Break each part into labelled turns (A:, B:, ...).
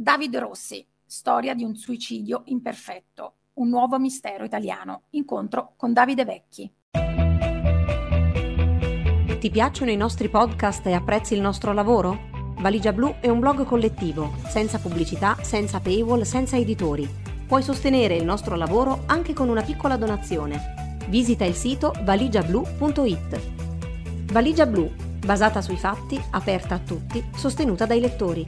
A: David Rossi, storia di un suicidio imperfetto, un nuovo mistero italiano. Incontro con Davide Vecchi.
B: Ti piacciono i nostri podcast e apprezzi il nostro lavoro? Valigia Blu è un blog collettivo, senza pubblicità, senza paywall, senza editori. Puoi sostenere il nostro lavoro anche con una piccola donazione. Visita il sito valigiablu.it. Valigia Blu, basata sui fatti, aperta a tutti, sostenuta dai lettori.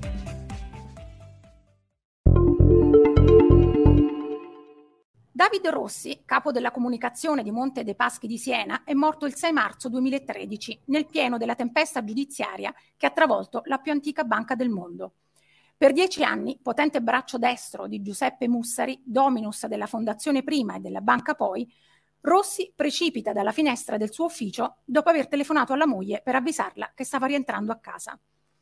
A: David Rossi, capo della comunicazione di Monte dei Paschi di Siena, è morto il 6 marzo 2013, nel pieno della tempesta giudiziaria che ha travolto la più antica banca del mondo. Per 10 anni, potente braccio destro di Giuseppe Mussari, dominus della Fondazione Prima e della Banca Poi, Rossi precipita dalla finestra del suo ufficio dopo aver telefonato alla moglie per avvisarla che stava rientrando a casa.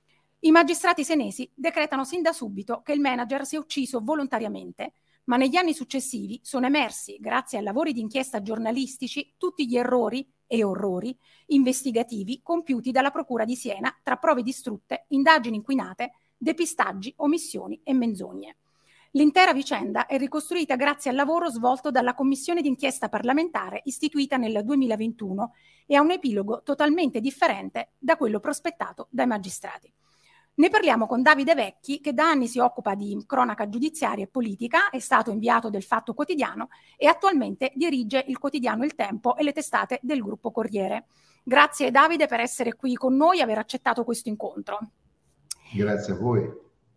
A: I magistrati senesi decretano sin da subito che il manager si è ucciso volontariamente, ma negli anni successivi sono emersi, grazie a lavori di inchiesta giornalistici, tutti gli errori e orrori investigativi compiuti dalla Procura di Siena tra prove distrutte, indagini inquinate, depistaggi, omissioni e menzogne. L'intera vicenda è ricostruita grazie al lavoro svolto dalla Commissione d'inchiesta parlamentare istituita nel 2021 e ha un epilogo totalmente differente da quello prospettato dai magistrati. Ne parliamo con Davide Vecchi, che da anni si occupa di cronaca giudiziaria e politica, è stato inviato del Fatto Quotidiano e attualmente dirige il quotidiano Il Tempo e le testate del gruppo Corriere. Grazie Davide per essere qui con noi e aver accettato questo incontro.
C: Grazie a voi.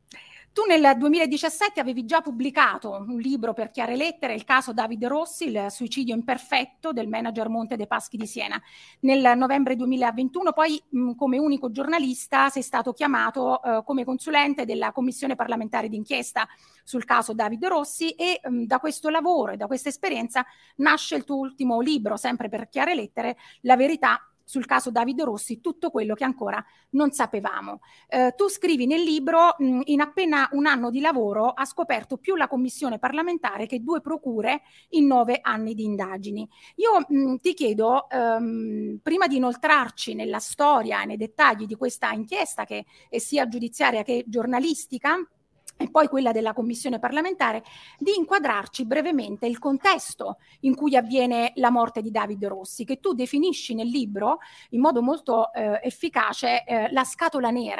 A: Tu nel 2017 avevi già pubblicato un libro per Chiare Lettere, il caso David Rossi, il suicidio imperfetto del manager Monte dei Paschi di Siena. Nel novembre 2021 poi come unico giornalista sei stato chiamato come consulente della Commissione parlamentare d'inchiesta sul caso David Rossi e da questo lavoro e da questa esperienza nasce il tuo ultimo libro, sempre per Chiare Lettere, La verità sul caso David Rossi, tutto quello che ancora non sapevamo. Tu scrivi nel libro, in appena un anno di lavoro ha scoperto più la commissione parlamentare che 2 procure in 9 anni di indagini. Io ti chiedo, prima di inoltrarci nella storia e nei dettagli di questa inchiesta che è sia giudiziaria che giornalistica, e poi quella della commissione parlamentare, di inquadrarci brevemente il contesto in cui avviene la morte di David Rossi, che tu definisci nel libro in modo molto efficace la scatola nera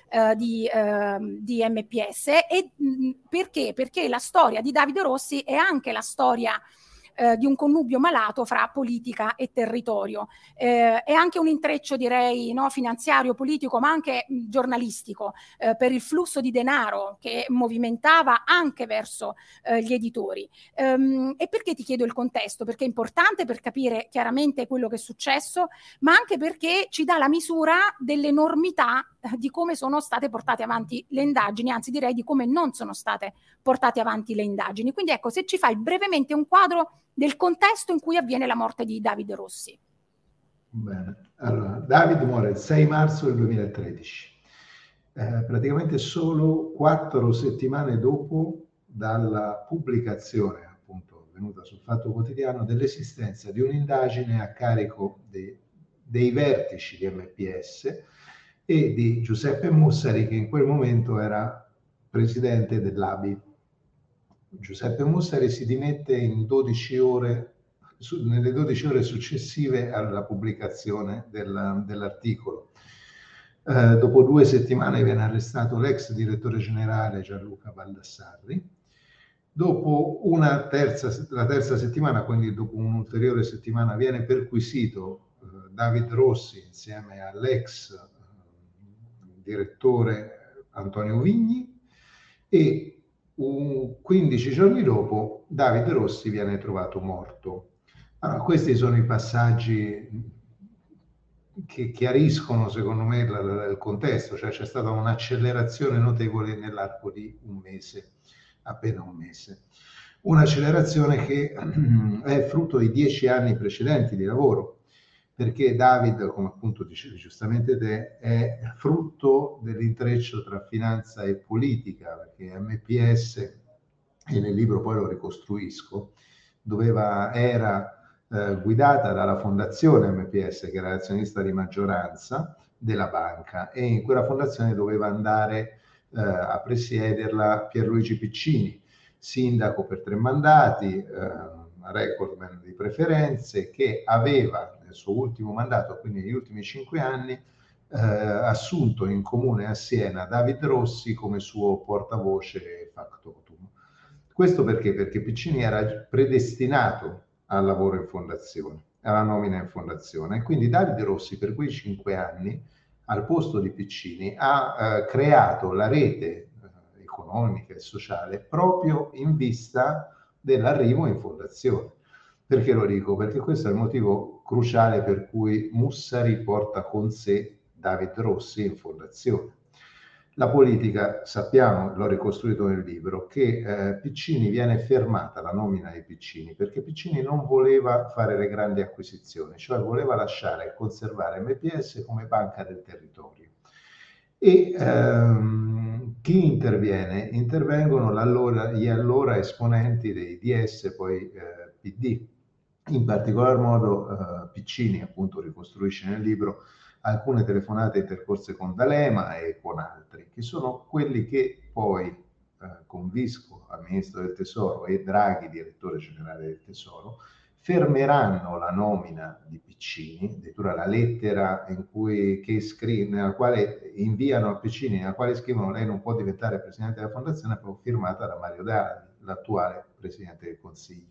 A: di MPS. E perché? Perché la storia di David Rossi è anche la storia di un connubio malato fra politica e territorio. È anche un intreccio, direi, no, finanziario, politico, ma anche giornalistico, per il flusso di denaro che movimentava anche verso gli editori. E perché ti chiedo il contesto? Perché è importante per capire chiaramente quello che è successo, ma anche perché ci dà la misura dell'enormità di come sono state portate avanti le indagini, anzi direi di come non sono state portate avanti le indagini. Quindi ecco, se ci fai brevemente un quadro del contesto in cui avviene la morte di David Rossi.
C: Bene, allora, David muore il 6 marzo del 2013, praticamente solo 4 settimane dopo dalla pubblicazione, appunto, venuta sul Fatto Quotidiano, dell'esistenza di un'indagine a carico dei vertici di MPS e di Giuseppe Mussari, che in quel momento era presidente dell'ABI. Giuseppe Mussari si dimette in 12 ore, nelle 12 ore successive alla pubblicazione dell'articolo. Dopo 2 settimane viene arrestato l'ex direttore generale Gianluca Baldassarri. Dopo la terza settimana, quindi dopo un'ulteriore settimana, viene perquisito David Rossi insieme all'ex direttore Antonio Vigni e 15 giorni dopo David Rossi viene trovato morto. Allora, questi sono i passaggi che chiariscono, secondo me, il contesto, cioè c'è stata un'accelerazione notevole nell'arco di un mese, appena un mese. Un'accelerazione che è frutto dei 10 anni precedenti di lavoro, perché David, come appunto dicevi giustamente te, è frutto dell'intreccio tra finanza e politica, perché MPS, e nel libro poi lo ricostruisco, era guidata dalla fondazione MPS, che era l'azionista di maggioranza della banca, e in quella fondazione doveva andare a presiederla Pierluigi Piccini, sindaco per 3 mandati, recordman di preferenze, che aveva nel suo ultimo mandato, quindi negli ultimi 5 anni, assunto in comune a Siena David Rossi come suo portavoce factotum. Questo perché? Perché Piccini era predestinato al lavoro in fondazione, alla nomina in fondazione, e quindi David Rossi per quei 5 anni, al posto di Piccini, ha creato la rete economica e sociale proprio in vista dell'arrivo in fondazione. Perché lo dico? Perché questo è il motivo cruciale per cui Mussari porta con sé David Rossi in fondazione. La politica, sappiamo, l'ho ricostruito nel libro, che Piccini viene fermata, la nomina di Piccini, perché Piccini non voleva fare le grandi acquisizioni, cioè voleva lasciare e conservare MPS come banca del territorio. E chi interviene? Intervengono gli allora esponenti dei DS, poi PD. In particolar modo Piccini, appunto, ricostruisce nel libro alcune telefonate intercorse con D'Alema e con altri, che sono quelli che poi con Visco, al Ministro del Tesoro, e Draghi, direttore generale del Tesoro, fermeranno la nomina di Piccini, addirittura la lettera nella quale inviano a Piccini, nella quale scrivono: lei non può diventare Presidente della Fondazione, proprio firmata da Mario Draghi, l'attuale Presidente del Consiglio.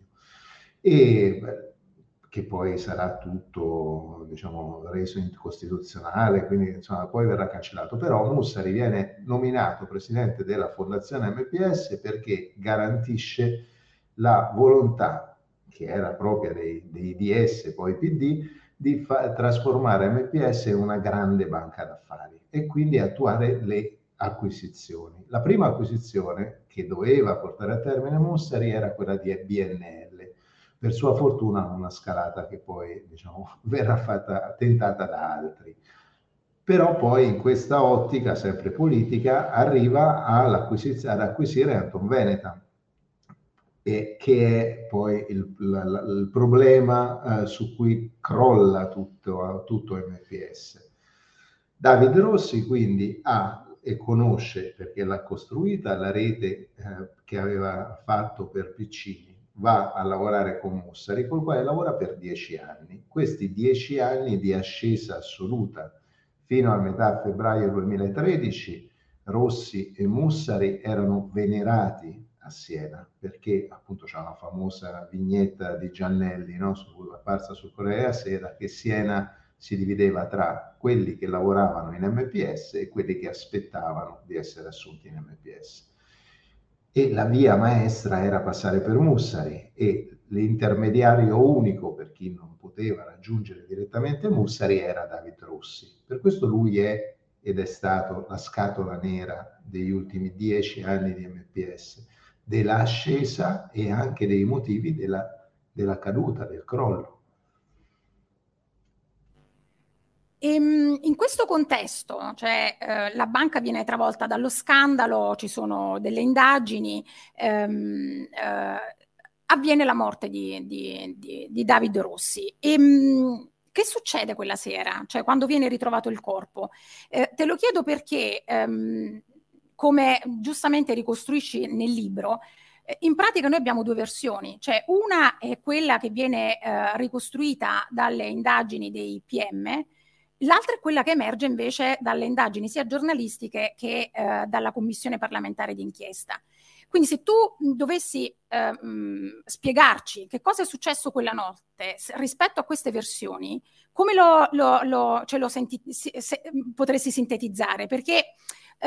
C: E che poi sarà tutto, diciamo, reso incostituzionale, quindi insomma poi verrà cancellato. Però Mussari viene nominato presidente della Fondazione MPS perché garantisce la volontà, che era propria dei DS, poi PD, di trasformare MPS in una grande banca d'affari e quindi attuare le acquisizioni. La prima acquisizione che doveva portare a termine Mussari era quella di BNL. Per sua fortuna una scalata che poi, diciamo, verrà tentata da altri. Però poi in questa ottica, sempre politica, arriva ad acquisire Anton Veneta, che è poi il problema su cui crolla tutto MPS. David Rossi quindi ha e conosce, perché l'ha costruita, la rete che aveva fatto per Piccini. Va a lavorare con Mussari, col quale lavora per 10 anni. Questi 10 anni di ascesa assoluta. Fino a metà febbraio 2013 Rossi e Mussari erano venerati a Siena, perché appunto c'è una famosa vignetta di Giannelli, no? Apparsa sul Corriere della Sera, che Siena si divideva tra quelli che lavoravano in MPS e quelli che aspettavano di essere assunti in MPS. E la via maestra era passare per Mussari, e l'intermediario unico per chi non poteva raggiungere direttamente Mussari era David Rossi. Per questo lui è ed è stato la scatola nera degli ultimi 10 anni di MPS, dell'ascesa e anche dei motivi della caduta, del crollo.
A: In questo contesto, cioè la banca viene travolta dallo scandalo, ci sono delle indagini, avviene la morte di David Rossi. Che succede quella sera, cioè quando viene ritrovato il corpo? Te lo chiedo perché, come giustamente ricostruisci nel libro, in pratica noi abbiamo 2 versioni, cioè una è quella che viene ricostruita dalle indagini dei PM, l'altra è quella che emerge invece dalle indagini sia giornalistiche che dalla commissione parlamentare d'inchiesta. Quindi se tu dovessi spiegarci che cosa è successo quella notte rispetto a queste versioni, come potresti sintetizzare? Perché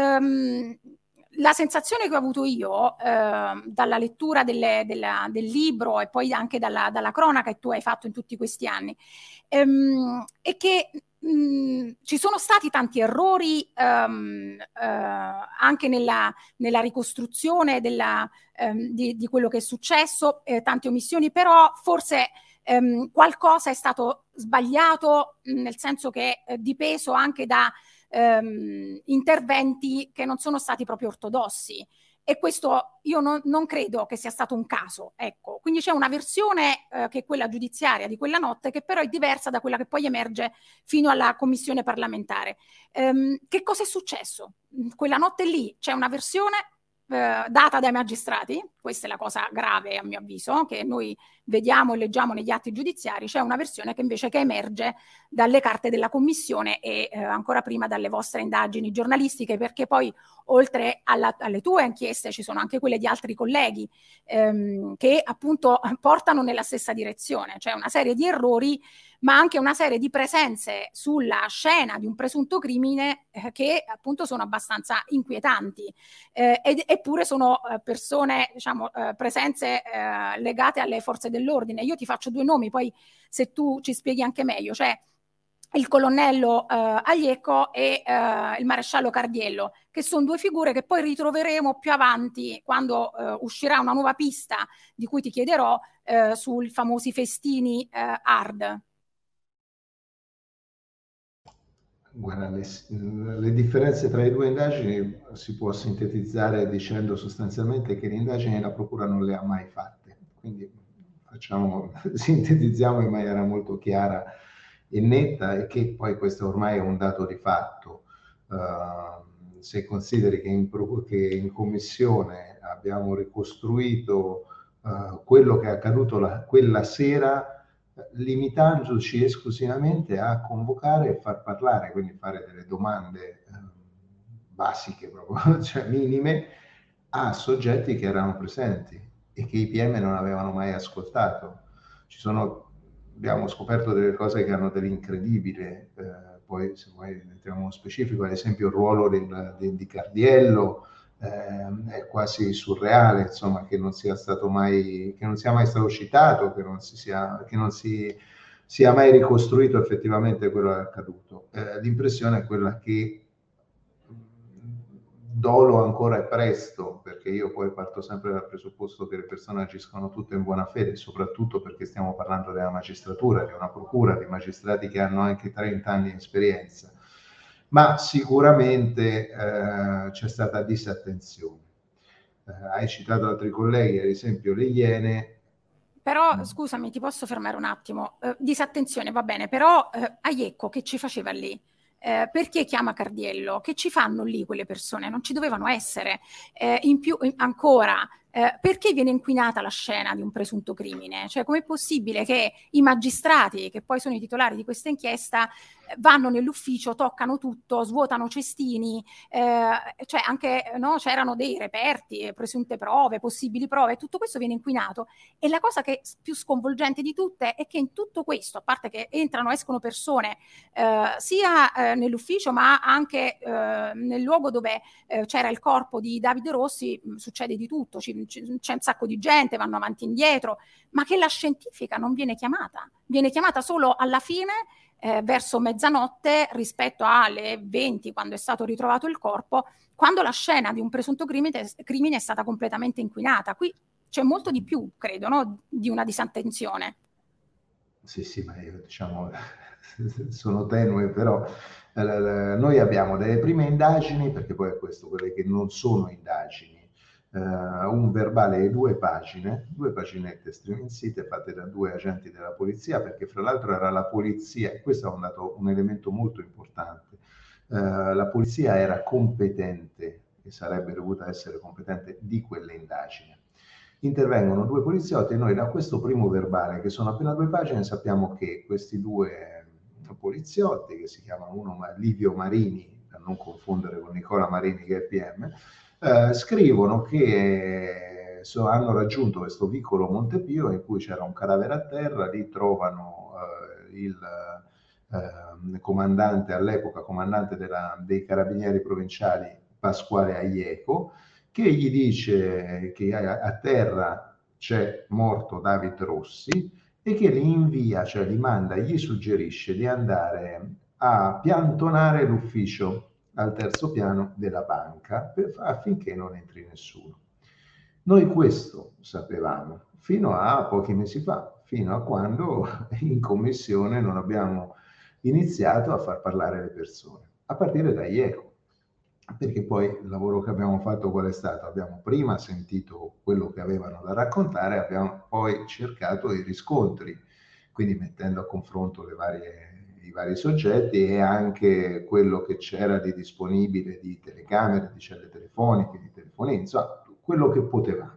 A: la sensazione che ho avuto io dalla lettura del libro e poi anche dalla cronaca che tu hai fatto in tutti questi anni è che ci sono stati tanti errori anche nella ricostruzione di quello che è successo, tante omissioni, però forse qualcosa è stato sbagliato, nel senso che dipeso anche da interventi che non sono stati proprio ortodossi. e questo io non credo che sia stato un caso, ecco. Quindi c'è una versione che è quella giudiziaria di quella notte, che però è diversa da quella che poi emerge fino alla commissione parlamentare. Che cosa è successo? Quella notte lì c'è una versione data dai magistrati, questa è la cosa grave a mio avviso, che noi vediamo e leggiamo negli atti giudiziari. C'è una versione che invece che emerge dalle carte della commissione e ancora prima dalle vostre indagini giornalistiche, perché poi oltre alle tue inchieste ci sono anche quelle di altri colleghi che appunto portano nella stessa direzione, cioè una serie di errori ma anche una serie di presenze sulla scena di un presunto crimine che appunto sono abbastanza inquietanti, eppure sono persone, diciamo, presenze legate alle forze dell'ordine. Io ti faccio due nomi, poi se tu ci spieghi anche meglio, cioè il colonnello Agliecco e il maresciallo Cardiello, che sono due figure che poi ritroveremo più avanti quando uscirà una nuova pista di cui ti chiederò sui famosi festini hard.
C: Guarda, le differenze tra le due indagini si può sintetizzare dicendo sostanzialmente che le indagini la Procura non le ha mai fatte, quindi sintetizziamo in maniera molto chiara e netta, e che poi questo ormai è un dato di fatto. Se consideri che in commissione abbiamo ricostruito quello che è accaduto quella sera, limitandoci esclusivamente a convocare e far parlare, quindi fare delle domande basiche proprio, cioè minime, a soggetti che erano presenti e che i PM non avevano mai ascoltato. Abbiamo scoperto delle cose che hanno dell'incredibile, poi se vuoi entriamo nello specifico, ad esempio il ruolo di Cardiello, è quasi surreale, insomma, che non sia mai stato citato, che non sia mai ricostruito effettivamente quello che è accaduto. L'impressione è quella che dolo ancora è presto, perché io poi parto sempre dal presupposto che le persone agiscono tutte in buona fede, soprattutto perché stiamo parlando della magistratura, di una procura, di magistrati che hanno anche 30 anni di esperienza. Ma sicuramente c'è stata disattenzione. Hai citato altri colleghi, ad esempio le Iene.
A: Però scusami, ti posso fermare un attimo? Disattenzione, va bene, però Agliecco che ci faceva lì? Perché chiama Cardiello? Che ci fanno lì quelle persone? Non ci dovevano essere. In più, ancora, perché viene inquinata la scena di un presunto crimine? Cioè, com'è possibile che i magistrati, che poi sono i titolari di questa inchiesta, vanno nell'ufficio, toccano tutto, svuotano cestini, cioè anche c'erano dei reperti, presunte prove, possibili prove, tutto questo viene inquinato. E la cosa che è più sconvolgente di tutte è che in tutto questo, a parte che entrano, escono persone sia nell'ufficio ma anche nel luogo dove c'era il corpo di Davide Rossi, succede di tutto, c'è un sacco di gente, vanno avanti e indietro, ma che la scientifica non viene chiamata solo alla fine, verso mezzanotte rispetto alle 20 quando è stato ritrovato il corpo, quando la scena di un presunto crimine è stata completamente inquinata. Qui c'è molto di più, credo, no? Di una disattenzione.
C: Sì, ma io diciamo sono tenue, però noi abbiamo delle prime indagini, perché poi è questo, quelle che non sono indagini, un verbale di 2 paginette striminzite fatte da 2 agenti della polizia, perché fra l'altro era la polizia, e questo è un elemento molto importante, la polizia era competente e sarebbe dovuta essere competente di quelle indagini. Intervengono 2 poliziotti e noi da questo primo verbale, che sono appena 2 pagine, sappiamo che questi 2 poliziotti, che si chiamano uno Livio Marini, da non confondere con Nicola Marini che è il PM, scrivono che hanno raggiunto questo vicolo Montepio in cui c'era un cadavere a terra, lì trovano il comandante, all'epoca comandante dei carabinieri provinciali Pasquale Agliecco, che gli dice che a terra c'è morto David Rossi e che li invia, cioè gli suggerisce di andare a piantonare l'ufficio al 3° piano della banca affinché non entri nessuno. Noi questo sapevamo fino a pochi mesi fa, fino a quando in commissione non abbiamo iniziato a far parlare le persone, a partire da Agliecco. perché poi il lavoro che abbiamo fatto qual è stato? Abbiamo prima sentito quello che avevano da raccontare, abbiamo poi cercato i riscontri, quindi mettendo a confronto i vari soggetti e anche quello che c'era di disponibile di telecamere, di celle telefoniche, di telefonini, insomma, quello che potevamo.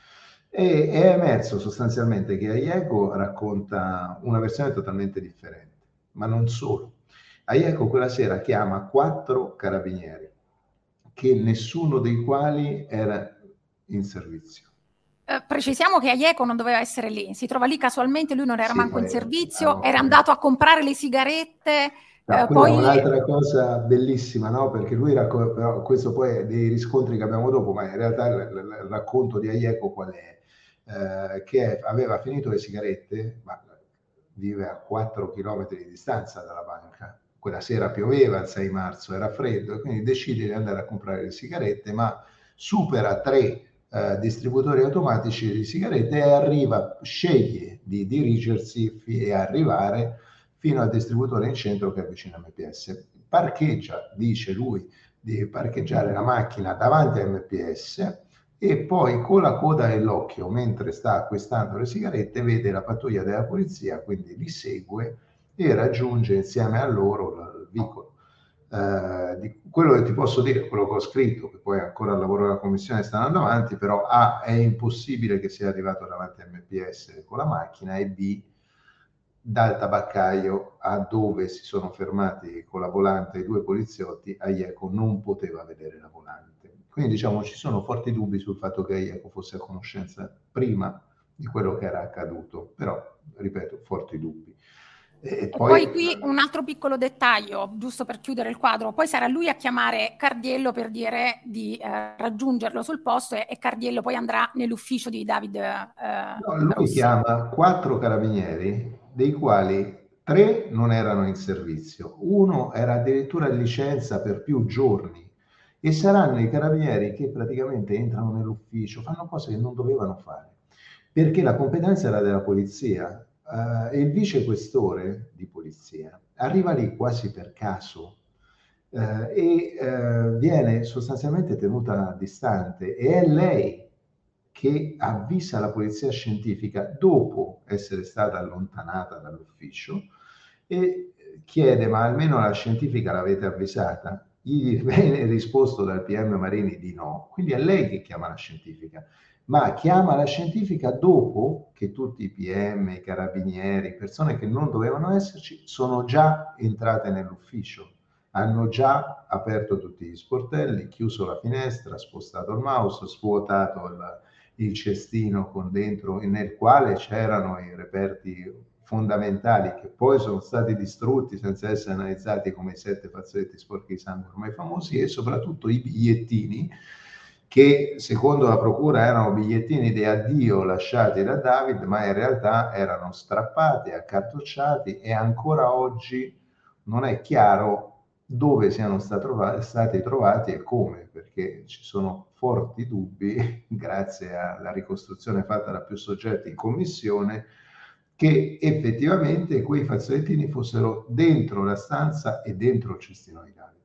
C: E è emerso sostanzialmente che Aieco racconta una versione totalmente differente, ma non solo. Aieco quella sera chiama 4 carabinieri, che nessuno dei quali era in servizio.
A: Precisiamo che Aieco non doveva essere lì, si trova lì casualmente, lui non era manco in servizio, era
C: poi,
A: andato a comprare le sigarette.
C: quella
A: Poi
C: è un'altra cosa bellissima, no? Perché lui racconta, però questo poi è dei riscontri che abbiamo dopo, ma in realtà il racconto di Aieco qual è? Che aveva finito le sigarette, ma vive a 4 chilometri di distanza dalla banca. Quella sera pioveva il 6 marzo, era freddo, e quindi decide di andare a comprare le sigarette, ma supera 3 distributori automatici di sigarette e arriva, sceglie di dirigersi e arrivare fino al distributore in centro che è vicino a MPS. Parcheggia, dice lui, di parcheggiare la macchina davanti a MPS e poi con la coda nell'occhio, mentre sta acquistando le sigarette, vede la pattuglia della polizia, quindi li segue e raggiunge insieme a loro il vicolo. Di quello che ti posso dire, quello che ho scritto, che poi ancora il lavoro della commissione sta andando avanti, però A, è impossibile che sia arrivato davanti a MPS con la macchina, e B, dal tabaccaio a dove si sono fermati con la volante i 2 poliziotti, Aieco non poteva vedere la volante. Quindi diciamo ci sono forti dubbi sul fatto che Aieco fosse a conoscenza prima di quello che era accaduto, però ripeto, forti dubbi.
A: E poi qui un altro piccolo dettaglio, giusto per chiudere il quadro, poi sarà lui a chiamare Cardiello per dire di raggiungerlo sul posto e Cardiello poi andrà nell'ufficio di David
C: no, lui
A: Rossi.
C: chiama 4 carabinieri, dei quali 3 non erano in servizio, uno era addirittura in licenza per più giorni, e saranno i carabinieri che praticamente entrano nell'ufficio, fanno cose che non dovevano fare, perché la competenza era della polizia. E il vicequestore di polizia arriva lì quasi per caso viene sostanzialmente tenuta distante, e è lei che avvisa la polizia scientifica dopo essere stata allontanata dall'ufficio e chiede: ma almeno la scientifica l'avete avvisata? Gli viene risposto dal PM Marini di no, quindi è lei che chiama la scientifica, ma chiama la scientifica dopo che tutti i PM, i carabinieri, persone che non dovevano esserci, sono già entrate nell'ufficio, hanno già aperto tutti gli sportelli, chiuso la finestra, spostato il mouse, svuotato il cestino con dentro, nel quale c'erano i reperti fondamentali che poi sono stati distrutti senza essere analizzati, come i 7 fazzoletti sporchi di sangue ormai famosi, e soprattutto i bigliettini che secondo la procura erano bigliettini di addio lasciati da David, ma in realtà erano strappati, accartocciati, e ancora oggi non è chiaro dove siano stati trovati e come, perché ci sono forti dubbi, grazie alla ricostruzione fatta da più soggetti in commissione, che effettivamente quei fazzolettini fossero dentro la stanza e dentro il cestino di David.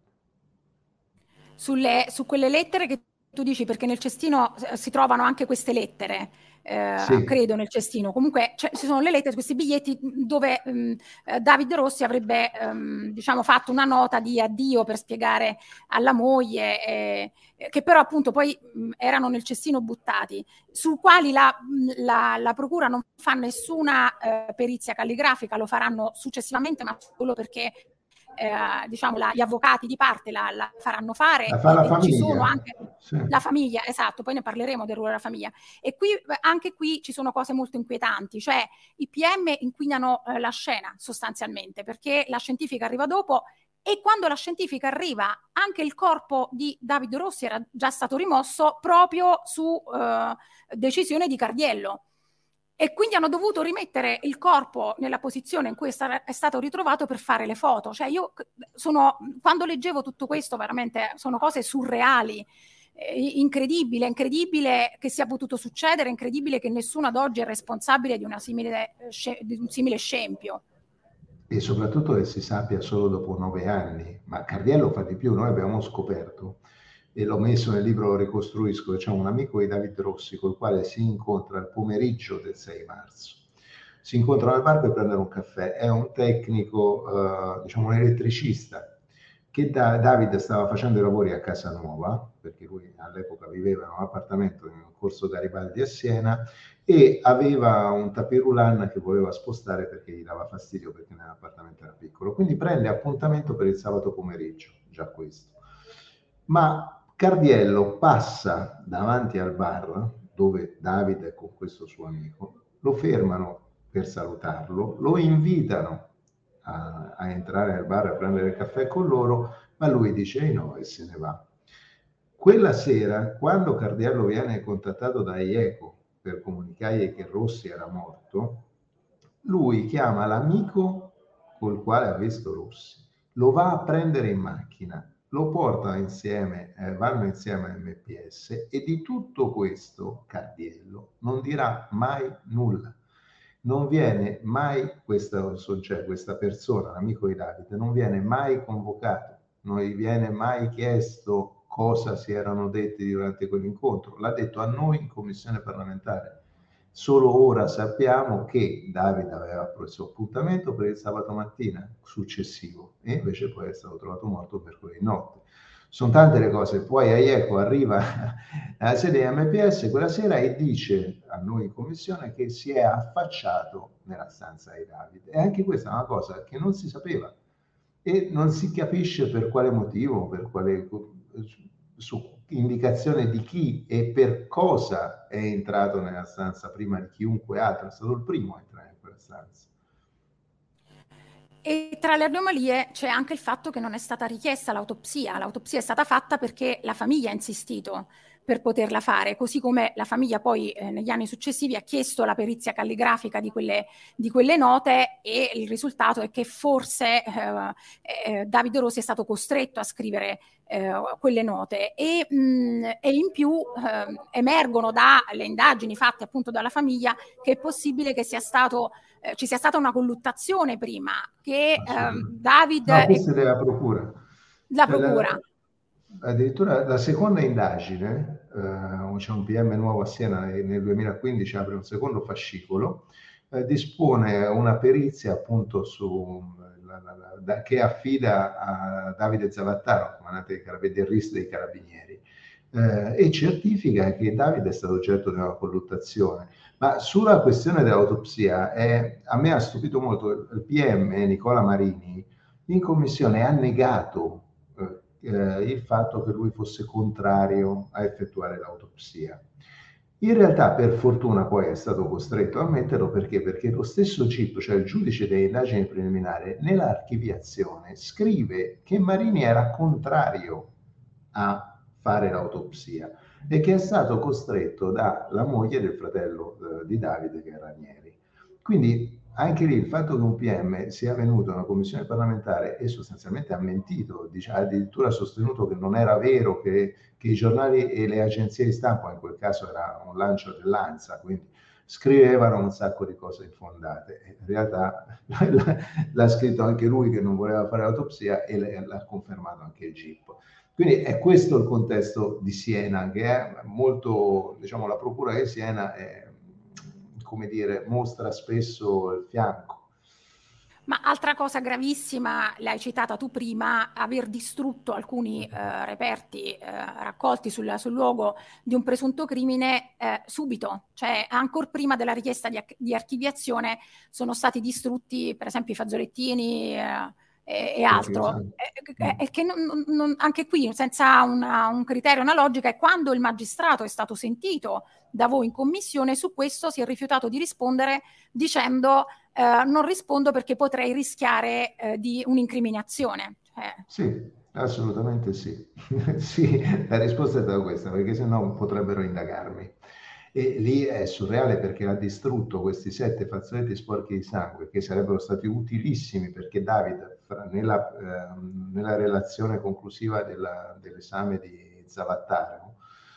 A: Su quelle lettere che tu dici, perché nel cestino si trovano anche queste lettere,
C: Sì.
A: credo nel cestino, comunque ci sono le lettere, questi biglietti dove David Rossi avrebbe diciamo fatto una nota di addio per spiegare alla moglie, che però appunto poi erano nel cestino buttati, su quali la procura non fa nessuna perizia calligrafica, lo faranno successivamente, ma solo perché diciamo gli avvocati di parte la faranno fare,
C: la fa la famiglia.
A: Ci sono anche
C: sì.
A: La famiglia, esatto, poi ne parleremo del ruolo della famiglia. E qui anche qui ci sono cose molto inquietanti, cioè i PM inquinano la scena sostanzialmente, perché la scientifica arriva dopo, e quando la scientifica arriva anche il corpo di David Rossi era già stato rimosso proprio su decisione di Cardiello. E quindi hanno dovuto rimettere il corpo nella posizione in cui è stato ritrovato per fare le foto. Cioè quando leggevo tutto questo, veramente sono cose surreali, incredibile che sia potuto succedere, incredibile che nessuno ad oggi è responsabile di un simile scempio.
C: E soprattutto che si sappia solo dopo 9 anni, ma Cardiello fa di più. Noi abbiamo scoperto e l'ho messo nel libro, lo ricostruisco. C'è un amico di David Rossi col quale si incontra il pomeriggio del 6 marzo. Si incontrano al bar per prendere un caffè. È un tecnico, diciamo un elettricista, che David stava facendo i lavori a casa nuova, perché lui all'epoca viveva in un appartamento in Corso Garibaldi a Siena, e aveva un tapirulan che voleva spostare perché gli dava fastidio, perché nell'appartamento era piccolo. Quindi prende appuntamento per il sabato pomeriggio, già questo. Ma Cardiello passa davanti al bar dove David è con questo suo amico, lo fermano per salutarlo, lo invitano a entrare al bar a prendere il caffè con loro, ma lui dice no e se ne va. Quella sera, quando Cardiello viene contattato da IECO per comunicargli che Rossi era morto, lui chiama l'amico col quale ha visto Rossi, lo va a prendere in macchina, lo porta insieme, vanno insieme a MPS, e di tutto questo Cardiello non dirà mai nulla. Non viene mai questa persona, l'amico di Davide, non viene mai convocato, non gli viene mai chiesto cosa si erano detti durante quell'incontro. L'ha detto a noi in commissione parlamentare. Solo ora sappiamo che Davide aveva preso appuntamento per il sabato mattina successivo e invece poi è stato trovato morto per quella notte. Sono tante le cose. Poi Aieco arriva alla sede di MPS quella sera e dice a noi in commissione che si è affacciato nella stanza di Davide. E anche questa è una cosa che non si sapeva e non si capisce per quale motivo, per quale su indicazione di chi e per cosa è entrato nella stanza prima di chiunque altro. È stato il primo a entrare in quella stanza.
A: E tra le anomalie c'è anche il fatto che non è stata richiesta l'autopsia. L'autopsia è stata fatta perché la famiglia ha insistito per poterla fare, così come la famiglia poi negli anni successivi ha chiesto la perizia calligrafica di quelle note, e il risultato è che forse Davide Rossi è stato costretto a scrivere quelle note, e in più emergono dalle indagini fatte appunto dalla famiglia che è possibile che ci sia stata una colluttazione prima, che David...
C: No, questa è della procura.
A: La procura.
C: Addirittura la seconda indagine, c'è un PM nuovo a Siena nel 2015, apre un secondo fascicolo, dispone una perizia appunto che affida a Davide Zavattaro, comandante del RIS dei Carabinieri, e certifica che Davide è stato oggetto di una colluttazione. Ma sulla questione dell'autopsia, a me ha stupito molto il PM Nicola Marini in commissione ha negato il fatto che lui fosse contrario a effettuare l'autopsia. In realtà, per fortuna, poi è stato costretto a ammetterlo perché lo stesso GIP, cioè il giudice delle indagini preliminari, nell'archiviazione scrive che Marini era contrario a fare l'autopsia e che è stato costretto dalla moglie del fratello di Davide, che è Ranieri. Quindi anche lì il fatto che un PM sia venuto a una commissione parlamentare e sostanzialmente ha mentito, ha addirittura sostenuto che non era vero, che i giornali e le agenzie di stampa, in quel caso era un lancio dell'ANSA, quindi scrivevano un sacco di cose infondate. In realtà l'ha scritto anche lui che non voleva fare l'autopsia e l'ha confermato anche il GIP. Quindi è questo il contesto di Siena, che è molto, diciamo, la procura di Siena è, come dire, mostra spesso il fianco.
A: Ma altra cosa gravissima, l'hai citata tu prima, aver distrutto alcuni reperti raccolti sul luogo di un presunto crimine subito, cioè ancora prima della richiesta di archiviazione sono stati distrutti per esempio i fazzolettini e altro. E che anche qui senza un criterio, una logica, e quando il magistrato è stato sentito da voi in commissione su questo si è rifiutato di rispondere dicendo non rispondo perché potrei rischiare di un'incriminazione.
C: Sì, assolutamente sì. Sì, la risposta è stata questa, perché sennò potrebbero indagarmi. E lì è surreale perché ha distrutto questi 7 fazzoletti sporchi di sangue che sarebbero stati utilissimi, perché Davide nella relazione conclusiva dell'esame di Zavattaro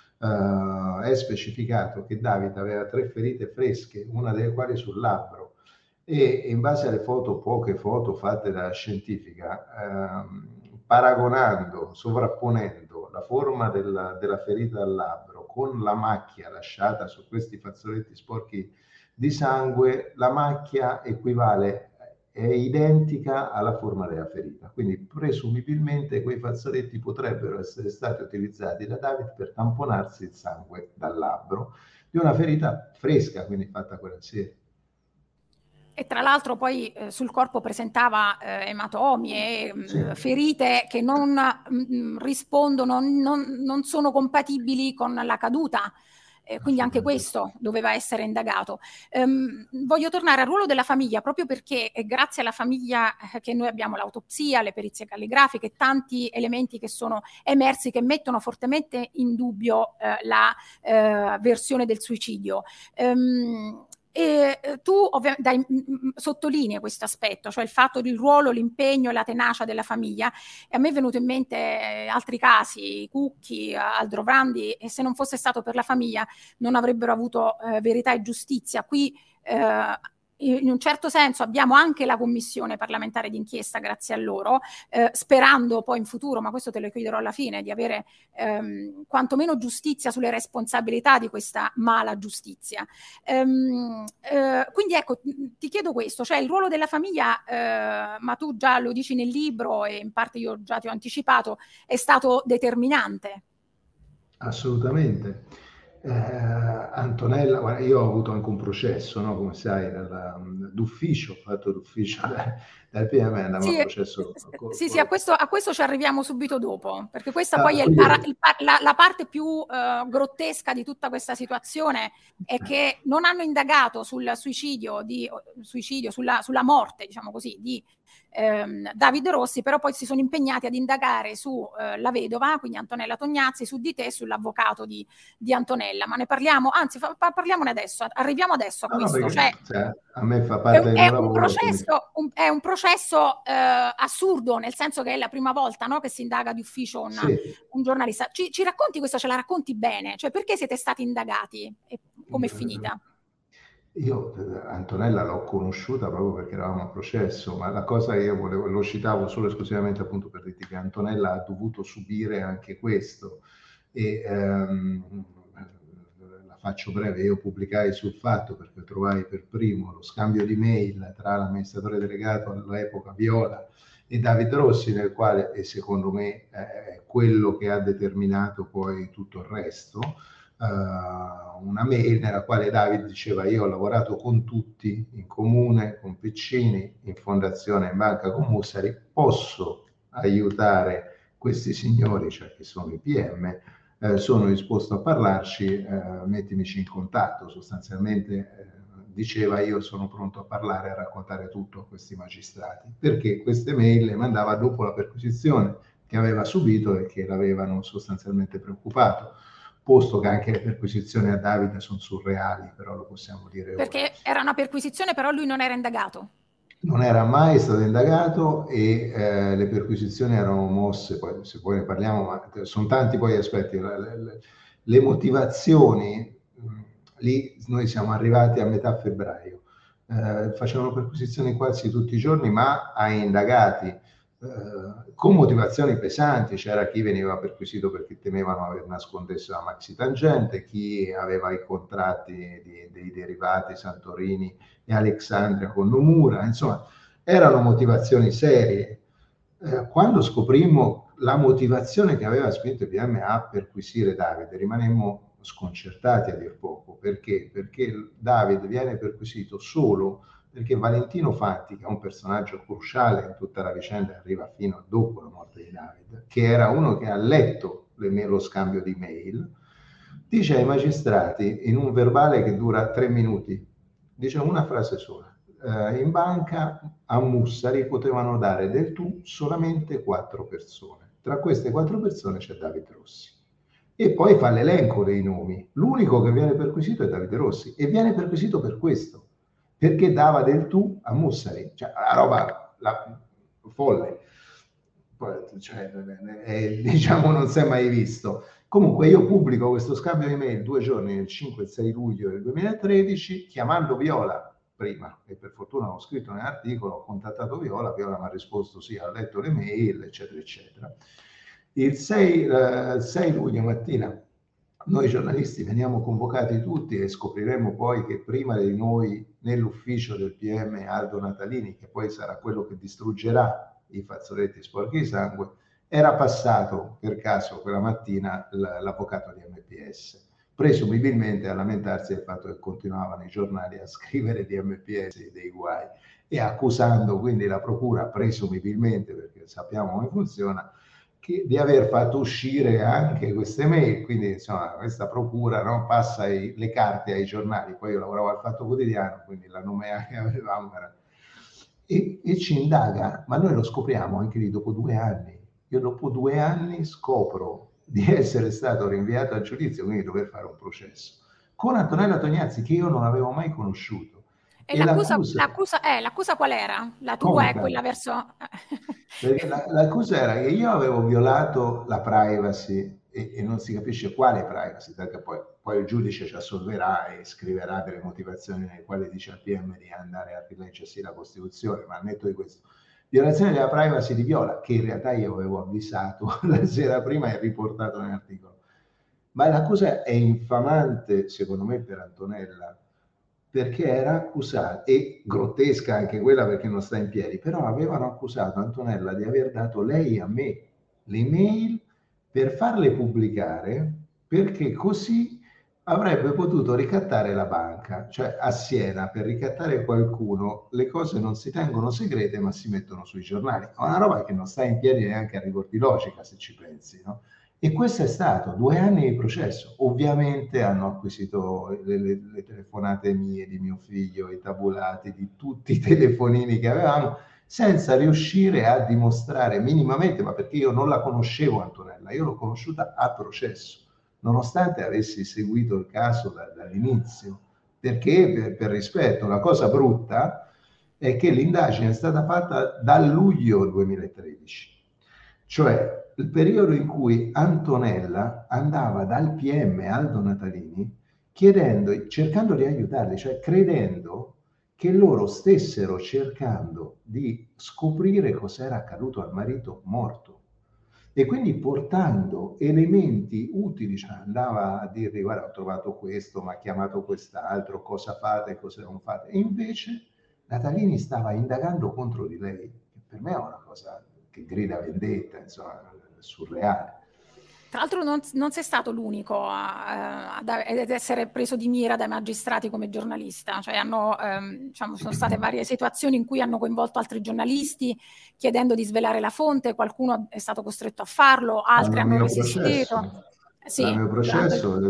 C: è specificato che Davide aveva 3 ferite fresche, una delle quali sul labbro, e in base alle poche foto fatte dalla scientifica, paragonando, sovrapponendo la forma della ferita al labbro con la macchia lasciata su questi fazzoletti sporchi di sangue, la macchia è identica alla forma della ferita. Quindi presumibilmente quei fazzoletti potrebbero essere stati utilizzati da David per tamponarsi il sangue dal labbro di una ferita fresca, quindi fatta quella sera.
A: E tra l'altro poi sul corpo presentava ematomi e ferite che non rispondono, non sono compatibili con la caduta. Quindi anche questo doveva essere indagato. Voglio tornare al ruolo della famiglia, proprio perché è grazie alla famiglia che noi abbiamo l'autopsia, le perizie calligrafiche, tanti elementi che sono emersi che mettono fortemente in dubbio la versione del suicidio. E tu sottolinei questo aspetto, cioè il fatto del ruolo, l'impegno e la tenacia della famiglia. E a me è venuto in mente altri casi, Cucchi, Aldrovandi, e se non fosse stato per la famiglia non avrebbero avuto verità e giustizia. Qui in un certo senso abbiamo anche la commissione parlamentare d'inchiesta grazie a loro, sperando poi in futuro, ma questo te lo chiederò alla fine, di avere quantomeno giustizia sulle responsabilità di questa mala giustizia. Quindi ecco, ti chiedo questo, cioè il ruolo della famiglia, ma tu già lo dici nel libro e in parte io già ti ho anticipato, è stato determinante.
C: Assolutamente. Antonella, guarda, io ho avuto anche un processo, no? Come sai, d'ufficio, fatto d'ufficio dal PM, andava a processo.
A: Sì, a questo ci arriviamo subito dopo, perché questa poi è la parte più grottesca di tutta questa situazione, è che non hanno indagato sul sulla morte, diciamo così, di David Rossi, però poi si sono impegnati ad indagare su la vedova, quindi Antonella Tognazzi, su di te e sull'avvocato di Antonella. Ma ne parliamo, anzi parliamone adesso, arriviamo adesso a questo.
C: No, cioè, a me fa parte del mio lavoro.
A: È un processo assurdo, nel senso che è la prima volta, no, che si indaga di ufficio un giornalista. Ci racconti questa, ce la racconti bene? Cioè, perché siete stati indagati e com'è finita?
C: Io Antonella l'ho conosciuta proprio perché eravamo a processo, ma la cosa che io lo citavo solo esclusivamente appunto per dirti che Antonella ha dovuto subire anche questo. E la faccio breve, io pubblicai sul Fatto perché trovai per primo lo scambio di mail tra l'amministratore delegato all'epoca Viola e David Rossi, nel quale, e secondo me è quello che ha determinato poi tutto il resto, una mail nella quale David diceva: io ho lavorato con tutti, in comune, con Piccini, in fondazione, in banca con Mussari, posso aiutare questi signori, cioè che sono i PM, sono disposto a parlarci, mettimici in contatto. Sostanzialmente diceva: io sono pronto a parlare e a raccontare tutto a questi magistrati, perché queste mail le mandava dopo la perquisizione che aveva subito e che l'avevano sostanzialmente preoccupato, posto che anche le perquisizioni a Davide sono surreali, però lo possiamo dire
A: perché
C: ora.
A: Era una perquisizione, però lui non era indagato.
C: Non era mai stato indagato e le perquisizioni erano mosse, poi se poi ne parliamo, ma sono tanti poi aspetti. Le motivazioni, lì noi siamo arrivati a metà febbraio, facevano perquisizioni quasi tutti i giorni, ma a indagati con motivazioni pesanti. C'era chi veniva perquisito perché temevano aver nascondesso la maxi tangente, chi aveva i contratti dei derivati Santorini e Alexandria con Nomura, insomma erano motivazioni serie. Quando scoprimmo la motivazione che aveva spinto il PM a perquisire Davide, rimanemmo sconcertati a dir poco. Perché? Perché Davide viene perquisito solo perché Valentino Fatti, che è un personaggio cruciale in tutta la vicenda, arriva fino a dopo la morte di Davide, che era uno che ha letto lo scambio di mail, dice ai magistrati in un verbale che dura 3 minuti, dice una frase sola: in banca a Mussari potevano dare del tu solamente 4 persone. Tra queste 4 persone c'è David Rossi. E poi fa l'elenco dei nomi. L'unico che viene perquisito è Davide Rossi, e viene perquisito per questo, perché dava del tu a Mussari. Cioè, la roba folle. Cioè, diciamo, non si è mai visto. Comunque io pubblico questo scambio di mail 2 giorni, il 5 e 6 luglio del 2013, chiamando Viola prima, e per fortuna ho scritto nell'articolo, ho contattato Viola mi ha risposto sì, ha letto le mail, eccetera, eccetera. Il 6 luglio mattina noi giornalisti veniamo convocati tutti e scopriremo poi che prima di noi nell'ufficio del PM Aldo Natalini, che poi sarà quello che distruggerà i fazzoletti sporchi di sangue, era passato per caso quella mattina l'avvocato di MPS, presumibilmente a lamentarsi del fatto che continuavano i giornali a scrivere di MPS dei guai e accusando quindi la procura, presumibilmente, perché sappiamo come funziona, di aver fatto uscire anche queste mail. Quindi insomma questa procura, no, passa le carte ai giornali. Poi io lavoravo al Fatto Quotidiano, quindi la nomea che avevamo era... e ci indaga, ma noi lo scopriamo anche lì dopo 2 anni. Io dopo 2 anni scopro di essere stato rinviato a giudizio, quindi dover fare un processo con Antonella Tognazzi, che io non avevo mai conosciuto.
A: E l'accusa qual era? La tua è quella verso...
C: Perché l'accusa era che io avevo violato la privacy e non si capisce quale privacy, perché poi il giudice ci assolverà e scriverà delle motivazioni nelle quali dice al PM di andare a rileggersi la Costituzione, ma al netto di questo. Violazione della privacy di Viola, che in realtà io avevo avvisato la sera prima e riportato nell'articolo. Ma l'accusa è infamante, secondo me, per Antonella, perché era accusata, e grottesca anche quella perché non sta in piedi, però avevano accusato Antonella di aver dato lei a me le mail per farle pubblicare, perché così avrebbe potuto ricattare la banca. Cioè a Siena per ricattare qualcuno le cose non si tengono segrete ma si mettono sui giornali. È una roba che non sta in piedi neanche a rigor di logica, se ci pensi, no? E questo è stato 2 anni di processo. Ovviamente hanno acquisito le telefonate mie, di mio figlio, i tabulati di tutti i telefonini che avevamo, senza riuscire a dimostrare minimamente, ma perché io non la conoscevo Antonella, io l'ho conosciuta a processo, nonostante avessi seguito il caso dall'inizio, perché per rispetto. La cosa brutta è che l'indagine è stata fatta dal luglio 2013, cioè il periodo in cui Antonella andava dal PM Aldo Natalini cercando di aiutarli, cioè credendo che loro stessero cercando di scoprire cos'era accaduto al marito morto. E quindi portando elementi utili, cioè andava a dirgli: guarda, ho trovato questo, mi ha chiamato quest'altro, cosa fate, cosa non fate. E invece Natalini stava indagando contro di lei, che per me è una cosa che grida vendetta, insomma, surreale.
A: Tra l'altro non sei stato l'unico ad essere preso di mira dai magistrati come giornalista, cioè diciamo, sono state varie situazioni in cui hanno coinvolto altri giornalisti chiedendo di svelare la fonte, qualcuno è stato costretto a farlo, altri hanno resistito.
C: Sì, al mio processo,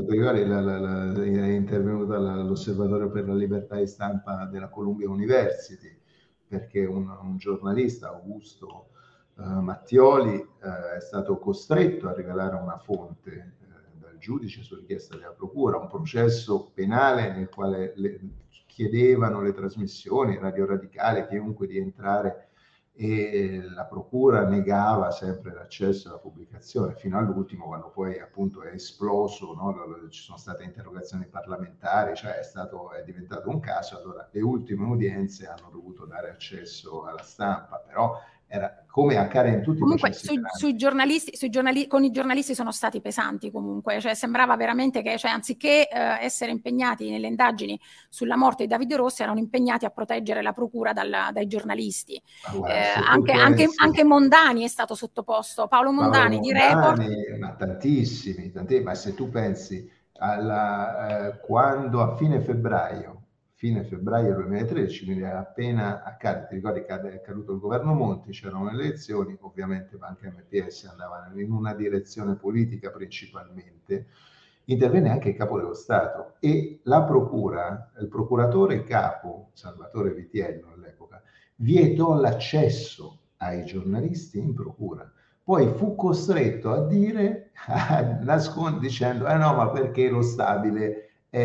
C: è intervenuta l'osservatorio per la libertà di stampa della Columbia University, perché un giornalista, Augusto Mattioli, è stato costretto a rivelare una fonte dal giudice su richiesta della procura, un processo penale nel quale chiedevano le trasmissioni, Radio Radicale, chiunque di entrare, e la procura negava sempre l'accesso alla pubblicazione fino all'ultimo, quando poi appunto è esploso, no? Ci sono state interrogazioni parlamentari, cioè è diventato un caso. Allora le ultime udienze hanno dovuto dare accesso alla stampa, però era come accade in tutti i processi penali.
A: Con i giornalisti sono stati pesanti comunque, cioè sembrava veramente che, cioè, anziché essere impegnati nelle indagini sulla morte di Davide Rossi, erano impegnati a proteggere la procura dai giornalisti. Anche Mondani è stato sottoposto, Paolo Mondani di Report.
C: Ma tantissimi, ma se tu pensi quando a fine febbraio 2013, quindi appena accade, ti ricordi che è accaduto il governo Monti, c'erano le elezioni, ovviamente Banca MPS andava in una direzione politica principalmente, intervenne anche il capo dello Stato e la procura, il procuratore capo Salvatore Vitiello all'epoca, vietò l'accesso ai giornalisti in procura. Poi fu costretto a dire, dicendo: no, ma perché lo stabile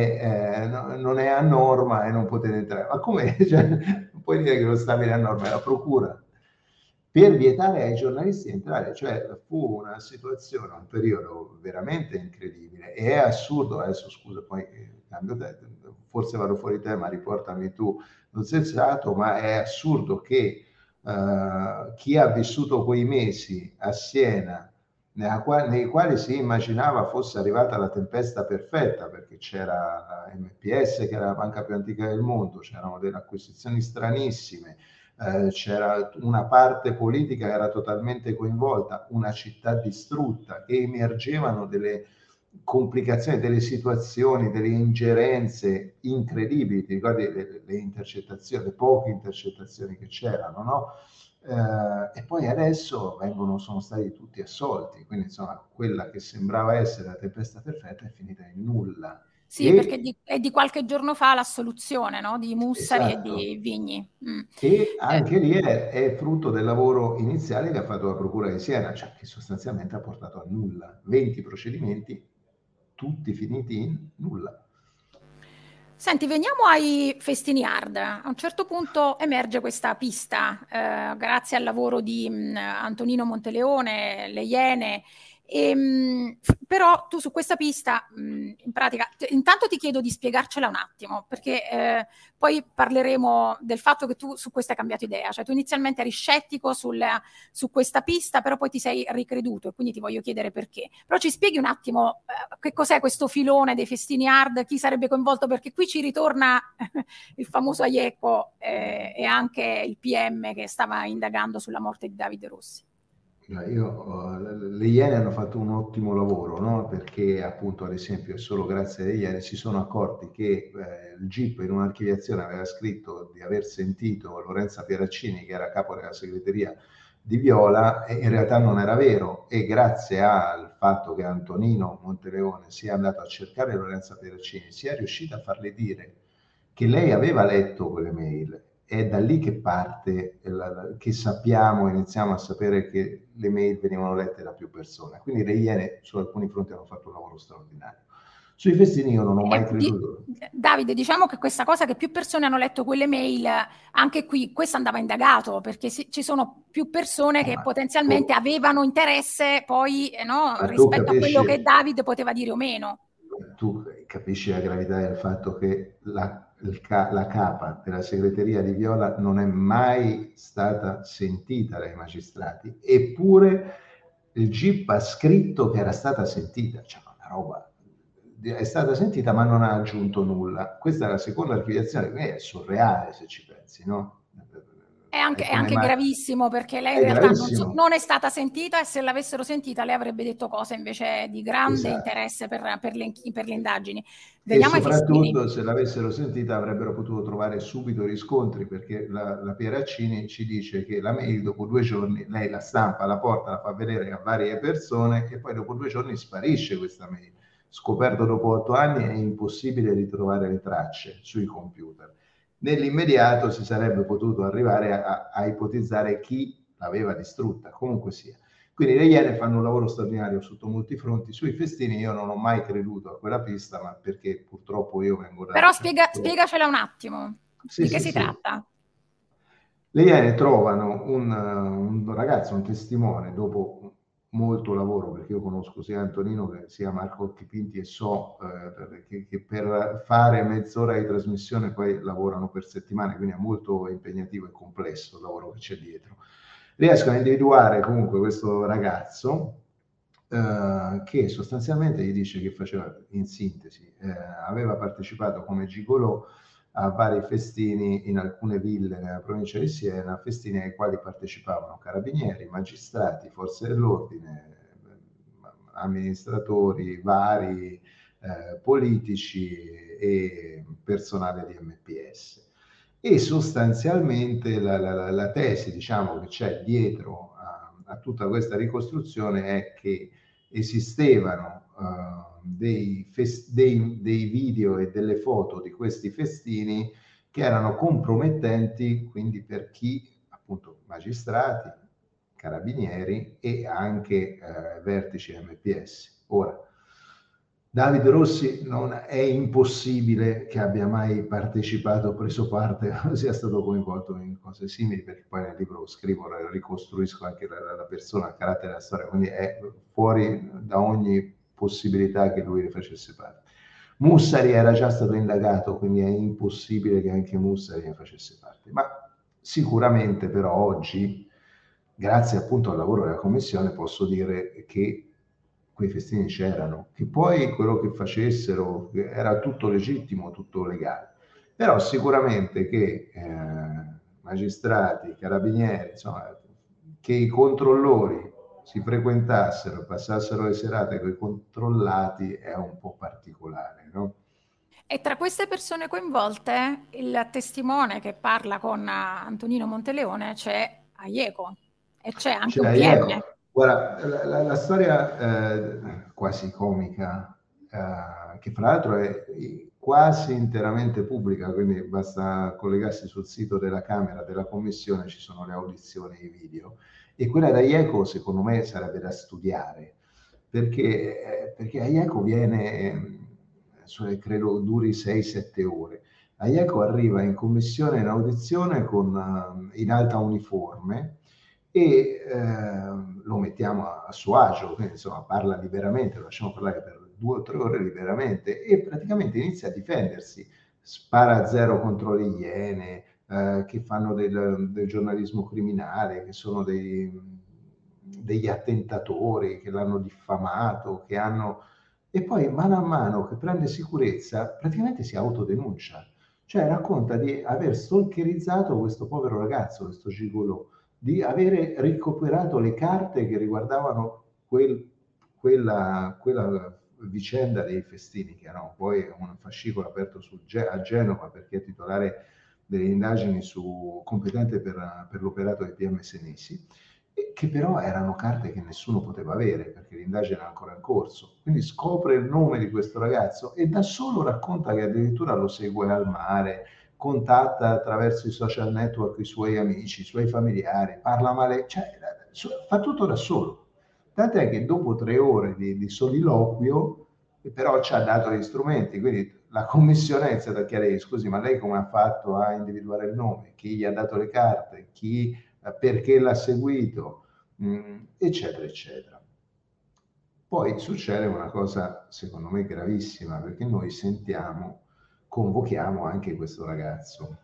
C: non è a norma e non potete entrare. Ma come? Cioè, non puoi dire che lo stabile è a norma, è la procura, per vietare ai giornalisti di entrare. Cioè fu una situazione, un periodo veramente incredibile. E è assurdo, adesso scusa, poi cambio forse vado fuori tema, riportami tu l'ho sensato, ma è assurdo che chi ha vissuto quei mesi a Siena nei quali si immaginava fosse arrivata la tempesta perfetta, perché c'era la MPS che era la banca più antica del mondo, c'erano delle acquisizioni stranissime, c'era una parte politica che era totalmente coinvolta, una città distrutta, che emergevano delle complicazioni, delle situazioni, delle ingerenze incredibili. Ti ricordi le intercettazioni, le poche intercettazioni che c'erano, no? E poi adesso sono stati tutti assolti, quindi insomma quella che sembrava essere la tempesta perfetta è finita in nulla.
A: Sì, perché è di qualche giorno fa l'assoluzione, no? Di Mussari
C: esatto.
A: e di Vigni.
C: E anche lì è frutto del lavoro iniziale che ha fatto la Procura di Siena, cioè che sostanzialmente ha portato a nulla. 20 procedimenti, tutti finiti in nulla.
A: Senti, veniamo ai festini hard. A un certo punto emerge questa pista, grazie al lavoro di Antonino Monteleone, Le Iene. Però tu su questa pista, in pratica, intanto ti chiedo di spiegarcela un attimo, perché poi parleremo del fatto che tu su questo hai cambiato idea. Cioè tu inizialmente eri scettico su questa pista, però poi ti sei ricreduto e quindi ti voglio chiedere perché. Però ci spieghi un attimo che cos'è questo filone dei festini hard, chi sarebbe coinvolto, perché qui ci ritorna il famoso Aieco e anche il PM che stava indagando sulla morte di Davide Rossi.
C: Le Iene hanno fatto un ottimo lavoro, no? Perché appunto, ad esempio, solo grazie alle Iene si sono accorti che il GIP in un'archiviazione aveva scritto di aver sentito Lorenza Pieraccini, che era capo della segreteria di Viola, e in realtà non era vero, e grazie al fatto che Antonino Monteleone sia andato a cercare Lorenza Pieraccini, sia riuscito a farle dire che lei aveva letto quelle mail. È da lì che parte, che sappiamo, iniziamo a sapere che le mail venivano lette da più persone. Quindi le Iene su alcuni fronti hanno fatto un lavoro straordinario. Sui festini io non ho mai creduto.
A: Davide, diciamo che questa cosa che più persone hanno letto quelle mail, anche qui, questo andava indagato, perché ci sono più persone che potenzialmente avevano interesse poi rispetto a quello che Davide poteva dire o meno.
C: Tu capisci la gravità del fatto che la capa della segreteria di Viola non è mai stata sentita dai magistrati, eppure il GIP ha scritto che era stata sentita, cioè una roba, è stata sentita ma non ha aggiunto nulla. Questa è la seconda archiviazione, quindi è surreale se ci pensi, no?
A: È anche gravissimo, perché lei in realtà non è stata sentita, e se l'avessero sentita lei avrebbe detto cose invece di grande interesse per le indagini.
C: Veniamo e soprattutto se l'avessero sentita avrebbero potuto trovare subito riscontri, perché la Pieraccini ci dice che la mail dopo 2 giorni lei la stampa, la porta, la fa vedere a varie persone e poi dopo 2 giorni sparisce questa mail. Scoperto dopo 8 anni è impossibile ritrovare le tracce sui computer. Nell'immediato si sarebbe potuto arrivare a ipotizzare chi l'aveva distrutta, comunque sia. Quindi le Iene fanno un lavoro straordinario sotto molti fronti. Sui festini io non ho mai creduto a quella pista, ma perché purtroppo io vengo da...
A: Però spiegacela un attimo, di che si tratta?
C: Le Iene trovano un ragazzo, un testimone, dopo molto lavoro, perché io conosco sia Antonino che sia Marco Chipinti e so che per fare mezz'ora di trasmissione poi lavorano per settimane, quindi è molto impegnativo e complesso il lavoro che c'è dietro. Riescono a individuare comunque questo ragazzo che sostanzialmente gli dice che faceva, in sintesi, aveva partecipato come gigolò a vari festini in alcune ville nella provincia di Siena, festini ai quali partecipavano carabinieri, magistrati, forze dell'ordine, amministratori vari, politici e personale di MPS. E sostanzialmente la tesi, diciamo, che c'è dietro a tutta questa ricostruzione è che esistevano dei video e delle foto di questi festini che erano compromettenti, quindi per chi, appunto, magistrati, carabinieri e anche vertici MPS. Ora, Davide Rossi è impossibile che abbia mai partecipato o preso parte o sia stato coinvolto in cose simili, perché poi nel libro scrivo, ricostruisco anche la persona, il carattere della storia, quindi è fuori da ogni possibilità che lui ne facesse parte. Mussari era già stato indagato, quindi è impossibile che anche Mussari ne facesse parte, ma sicuramente però oggi grazie appunto al lavoro della commissione posso dire che quei festini c'erano, che poi quello che facessero era tutto legittimo, tutto legale, però sicuramente che magistrati, carabinieri, insomma, che i controllori si frequentassero e passassero le serate con i controllati è un po' particolare, no?
A: E tra queste persone coinvolte, il testimone che parla con Antonino Monteleone c'è Aieco e c'è anche un
C: Cioè,
A: PM.
C: ecco, guarda, la storia quasi comica, che fra l'altro è quasi interamente pubblica, quindi basta collegarsi sul sito della Camera, della Commissione, ci sono le audizioni e i video, e quella da IECO secondo me sarebbe da studiare, perché IECO viene, credo duri 6-7 ore. IECO arriva in commissione in audizione in alta uniforme, e lo mettiamo a suo agio, quindi insomma parla liberamente, lo lasciamo parlare per 2 o 3 ore liberamente e praticamente inizia a difendersi, spara a zero contro le Iene, che fanno del giornalismo criminale, che sono degli attentatori, che l'hanno diffamato, che hanno... E poi mano a mano che prende sicurezza, praticamente si autodenuncia, cioè racconta di aver stalkerizzato questo povero ragazzo, questo gigolò, di avere recuperato le carte che riguardavano quella vicenda dei festini, che erano poi un fascicolo aperto a Genova, perché è titolare delle indagini competente per l'operato del PM Senesi, che però erano carte che nessuno poteva avere perché l'indagine era ancora in corso. Quindi scopre il nome di questo ragazzo e da solo racconta che addirittura lo segue al mare, contatta attraverso i social network i suoi amici, i suoi familiari, parla male, cioè fa tutto da solo. Tant'è che dopo 3 ore di soliloquio, però ci ha dato gli strumenti, quindi la commissione ha iniziato a chiedere, scusi, ma lei come ha fatto a individuare il nome? Chi gli ha dato le carte? Perché l'ha seguito? Eccetera, eccetera. Poi succede una cosa, secondo me, gravissima, perché noi convochiamo anche questo ragazzo.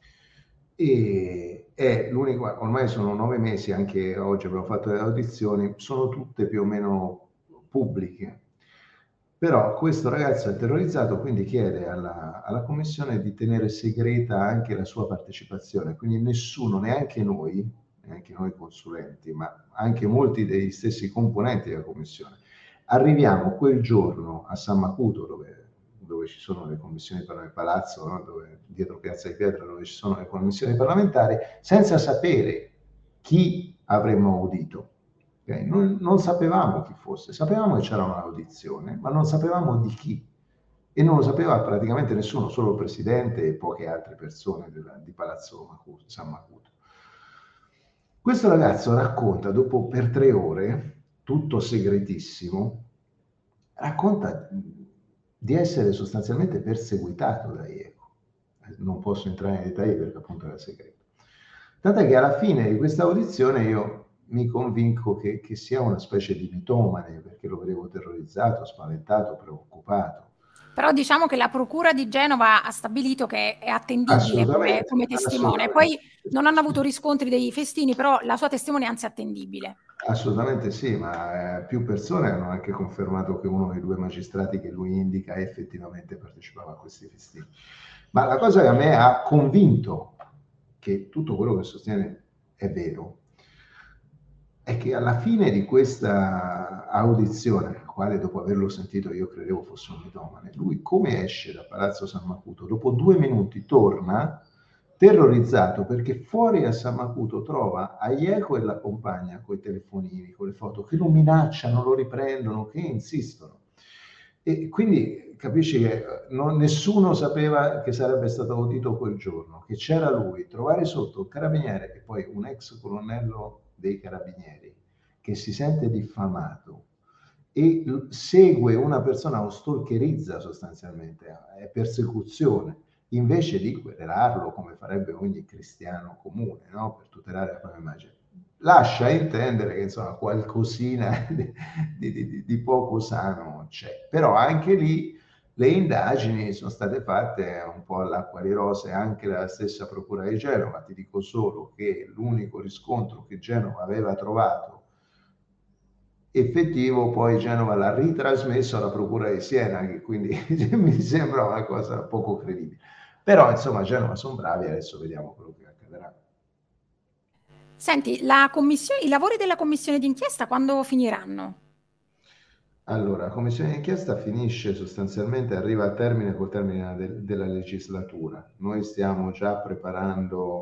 C: E è l'unico, ormai sono 9 mesi, anche oggi abbiamo fatto le audizioni, sono tutte più o meno pubbliche. Però questo ragazzo è terrorizzato, quindi chiede alla commissione di tenere segreta anche la sua partecipazione, quindi nessuno, neanche noi consulenti, ma anche molti degli stessi componenti della commissione. Arriviamo quel giorno a San Macuto, dove ci sono le commissioni parlamentari, palazzo, no? Dietro Piazza di Pietra, dove ci sono le commissioni parlamentari, senza sapere chi avremmo audito. Okay? Non sapevamo chi fosse, sapevamo che c'era un'audizione, ma non sapevamo di chi. E non lo sapeva praticamente nessuno, solo il presidente e poche altre persone di Palazzo San Macuto. Questo ragazzo racconta, dopo per 3 ore, tutto segretissimo, racconta di essere sostanzialmente perseguitato da IECO. Non posso entrare nei dettagli perché appunto era segreto. Tant'è che alla fine di questa audizione io mi convinco che sia una specie di mitomane, perché lo vedevo terrorizzato, spaventato, preoccupato.
A: Però diciamo che la Procura di Genova ha stabilito che è attendibile
C: Assolutamente,
A: come testimone.
C: assolutamente.
A: Poi non hanno avuto riscontri dei festini, però la sua testimonianza è attendibile.
C: Assolutamente sì, ma più persone hanno anche confermato che uno dei 2 magistrati che lui indica effettivamente partecipava a questi festini. Ma la cosa che a me ha convinto che tutto quello che sostiene è vero è che alla fine di questa audizione, nel quale dopo averlo sentito io credevo fosse un mitomane, lui come esce da Palazzo San Macuto? Dopo 2 minuti torna terrorizzato perché fuori a San Macuto trova Aieco e la compagna con i telefonini, con le foto, che lo minacciano, lo riprendono, che insistono. E quindi capisci che nessuno sapeva che sarebbe stato audito quel giorno, che c'era lui, trovare sotto un carabiniere e poi un ex colonnello dei carabinieri che si sente diffamato e segue una persona, lo stalkerizza sostanzialmente, è persecuzione, invece di querelarlo come farebbe ogni cristiano comune, no? Per tutelare la propria immagine. Lascia intendere che insomma qualcosina di poco sano c'è, però anche lì Le indagini sono state fatte un po' all'acqua di rose anche dalla stessa Procura di Genova. Ti dico solo che l'unico riscontro che Genova aveva trovato effettivo, poi Genova l'ha ritrasmesso alla Procura di Siena, che quindi mi sembra una cosa poco credibile. Però insomma Genova sono bravi, adesso vediamo quello che accadrà.
A: Senti, i lavori della commissione d'inchiesta quando finiranno?
C: Allora, la commissione d'inchiesta finisce sostanzialmente, arriva al termine col termine della legislatura. Noi stiamo già preparando,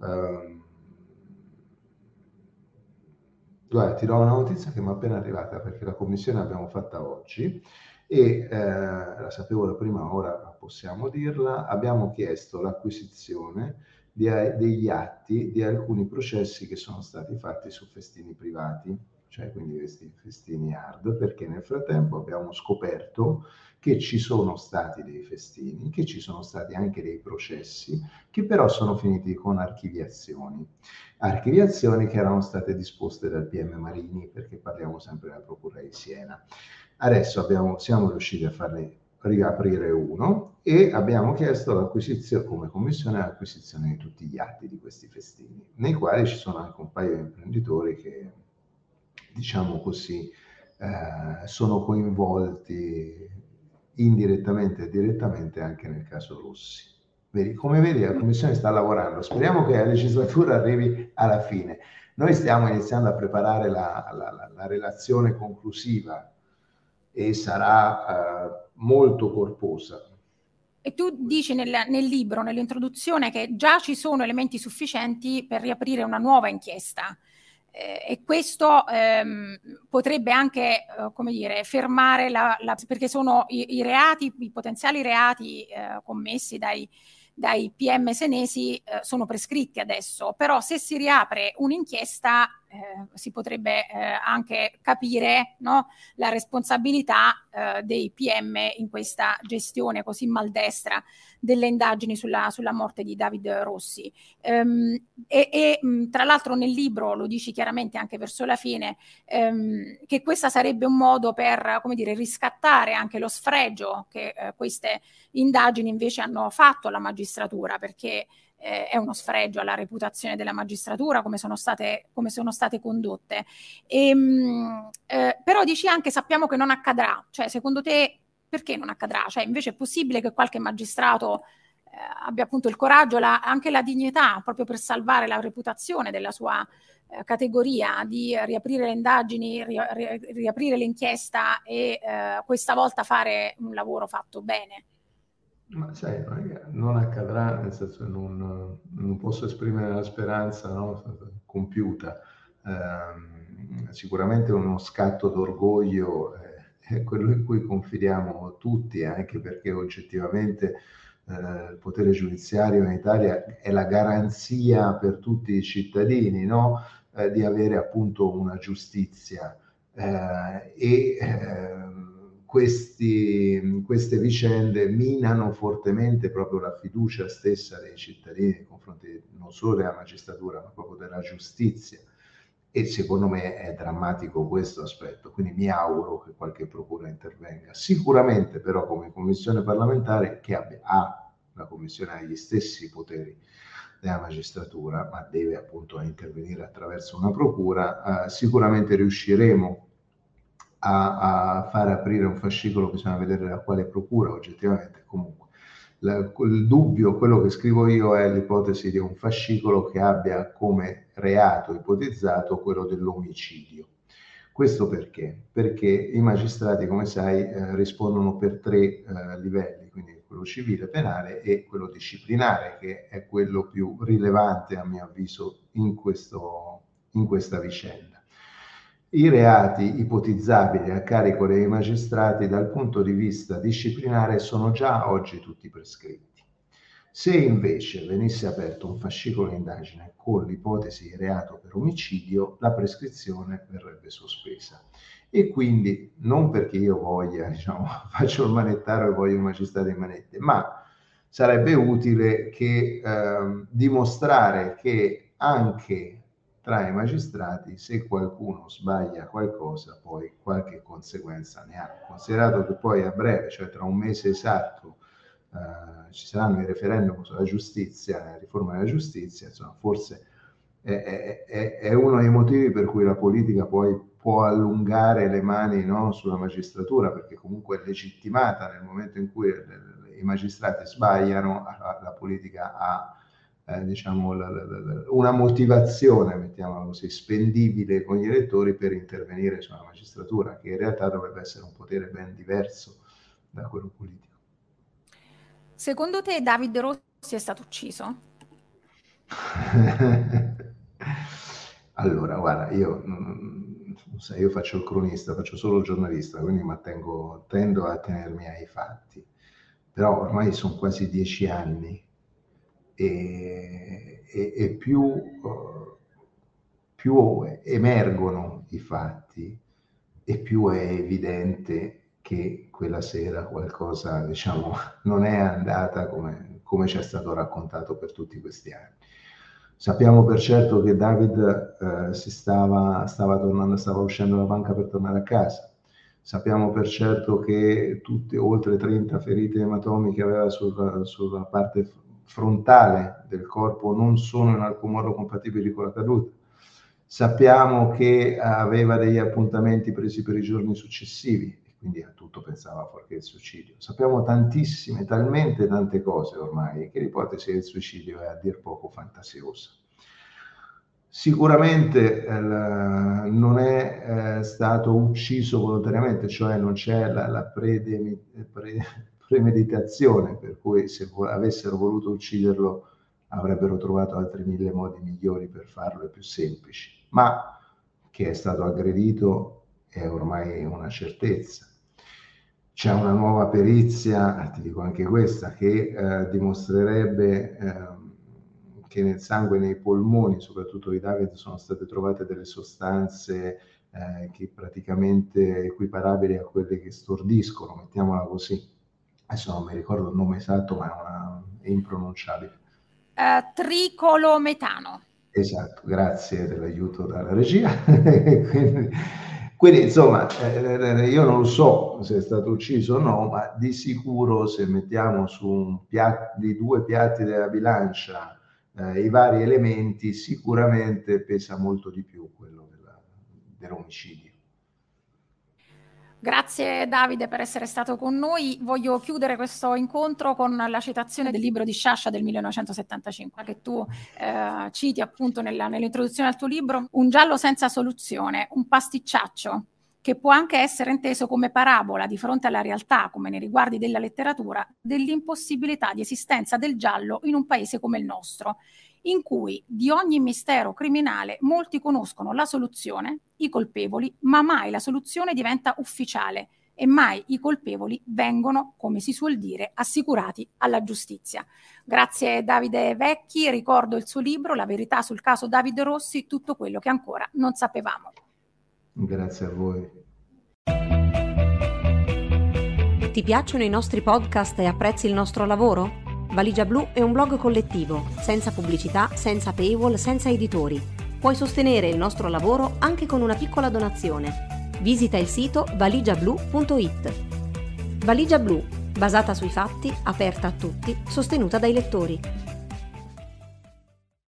C: guarda, ti do una notizia che mi è appena arrivata perché la commissione l'abbiamo fatta oggi e la sapevo da prima, ora possiamo dirla. Abbiamo chiesto l'acquisizione degli atti di alcuni processi che sono stati fatti su festini privati, cioè quindi questi festini hard, perché nel frattempo abbiamo scoperto che ci sono stati dei festini, che ci sono stati anche dei processi, che però sono finiti con archiviazioni che erano state disposte dal PM Marini, perché parliamo sempre della Procura di Siena. Adesso siamo riusciti a farne riaprire uno e abbiamo chiesto l'acquisizione, come commissione, l'acquisizione di tutti gli atti di questi festini, nei quali ci sono anche un paio di imprenditori che, diciamo così, sono coinvolti indirettamente e direttamente anche nel caso Rossi. Come vedi, la Commissione sta lavorando. Speriamo che la legislatura arrivi alla fine. Noi stiamo iniziando a preparare la relazione conclusiva e sarà molto corposa.
A: E tu dici nel libro, nell'introduzione, che già ci sono elementi sufficienti per riaprire una nuova inchiesta. E questo potrebbe anche, come dire, fermare perché sono i reati, i potenziali reati commessi dai PM senesi sono prescritti adesso, però se si riapre un'inchiesta si potrebbe anche capire, no, la responsabilità dei PM in questa gestione così maldestra delle indagini sulla morte di David Rossi. Tra l'altro nel libro lo dici chiaramente anche verso la fine, che questa sarebbe un modo per, come dire, riscattare anche lo sfregio che queste indagini invece hanno fatto alla magistratura, perché è uno sfregio alla reputazione della magistratura come sono state condotte. Però dici anche, sappiamo che non accadrà, cioè secondo te perché non accadrà? Cioè invece è possibile che qualche magistrato abbia appunto il coraggio, anche la dignità, proprio per salvare la reputazione della sua categoria, di riaprire le indagini, riaprire l'inchiesta e questa volta fare un lavoro fatto bene?
C: Ma sai, non accadrà, nel senso che non posso esprimere la speranza, no, compiuta. Sicuramente uno scatto d'orgoglio è quello in cui confidiamo tutti, anche perché oggettivamente il potere giudiziario in Italia è la garanzia per tutti i cittadini, no? Di avere appunto una giustizia queste vicende minano fortemente proprio la fiducia stessa dei cittadini nei confronti non solo della magistratura ma proprio della giustizia, e secondo me è drammatico questo aspetto, quindi mi auguro che qualche procura intervenga. Sicuramente però come commissione parlamentare che la commissione ha gli stessi poteri della magistratura, ma deve appunto intervenire attraverso una procura, sicuramente riusciremo a fare aprire un fascicolo. Bisogna vedere da quale procura oggettivamente. Comunque il dubbio, quello che scrivo io, è l'ipotesi di un fascicolo che abbia come reato ipotizzato quello dell'omicidio. Questo perché? Perché i magistrati, come sai, rispondono per 3 livelli, quindi quello civile, penale e quello disciplinare, che è quello più rilevante a mio avviso in questa vicenda. I reati ipotizzabili a carico dei magistrati dal punto di vista disciplinare sono già oggi tutti prescritti. Se invece venisse aperto un fascicolo di indagine con l'ipotesi di reato per omicidio, la prescrizione verrebbe sospesa. E quindi non perché io voglia, faccio il manettaro e voglio i magistrati in manette, ma sarebbe utile che dimostrare che anche tra i magistrati, se qualcuno sbaglia qualcosa, poi qualche conseguenza ne ha. Considerato che poi a breve, cioè tra un mese esatto, ci saranno i referendum sulla giustizia, la riforma della giustizia, insomma, forse è uno dei motivi per cui la politica poi può allungare le mani, no, sulla magistratura, perché comunque è legittimata nel momento in cui i magistrati sbagliano, la politica ha diciamo una motivazione, mettiamola così, spendibile con gli elettori per intervenire sulla magistratura, che in realtà dovrebbe essere un potere ben diverso da quello politico.
A: Secondo te David Rossi è stato ucciso?
C: Allora, guarda, io faccio il cronista, faccio solo il giornalista, quindi tendo a tenermi ai fatti. Però ormai sono quasi 10 anni e più emergono i fatti e più è evidente che quella sera qualcosa, diciamo, non è andata come ci è stato raccontato per tutti questi anni. Sappiamo per certo che David stava uscendo dalla banca per tornare a casa. Sappiamo per certo che tutte oltre 30 ferite ematomi che aveva sulla parte frontale del corpo non sono in alcun modo compatibili con la caduta. Sappiamo che aveva degli appuntamenti presi per i giorni successivi e quindi a tutto pensava fuorché il suicidio. Sappiamo talmente tante cose ormai che l'ipotesi del suicidio è a dir poco fantasiosa. Sicuramente non è stato ucciso volontariamente, cioè non c'è la premeditazione, per cui se avessero voluto ucciderlo avrebbero trovato altri 1000 modi migliori per farlo e più semplici, ma che è stato aggredito è ormai una certezza. C'è una nuova perizia, ti dico anche questa, che dimostrerebbe che nel sangue e nei polmoni, soprattutto di David, sono state trovate delle sostanze che praticamente equiparabili a quelle che stordiscono, mettiamola così. Adesso non mi ricordo il nome esatto, ma è impronunciabile.
A: Tricolometano.
C: Esatto, grazie dell'aiuto dalla regia. Quindi insomma, io non lo so se è stato ucciso o no, ma di sicuro se mettiamo su due piatti della bilancia i vari elementi, sicuramente pesa molto di più quello dell'omicidio.
A: Grazie Davide per essere stato con noi. Voglio chiudere questo incontro con la citazione del libro di Sciascia del 1975 che tu citi appunto nell'introduzione al tuo libro. Un giallo senza soluzione, un pasticciaccio che può anche essere inteso come parabola di fronte alla realtà, come nei riguardi della letteratura, dell'impossibilità di esistenza del giallo in un paese come il nostro, in cui di ogni mistero criminale molti conoscono la soluzione, i colpevoli, ma mai la soluzione diventa ufficiale e mai i colpevoli vengono, come si suol dire, assicurati alla giustizia. Grazie Davide Vecchi, ricordo il suo libro La verità sul caso David Rossi, tutto quello che ancora non sapevamo.
C: Grazie a voi.
B: Ti piacciono i nostri podcast e apprezzi il nostro lavoro? Valigia Blu è un blog collettivo, senza pubblicità, senza paywall, senza editori. Puoi sostenere il nostro lavoro anche con una piccola donazione. Visita il sito valigiablu.it. Valigia Blu, basata sui fatti, aperta a tutti, sostenuta dai lettori.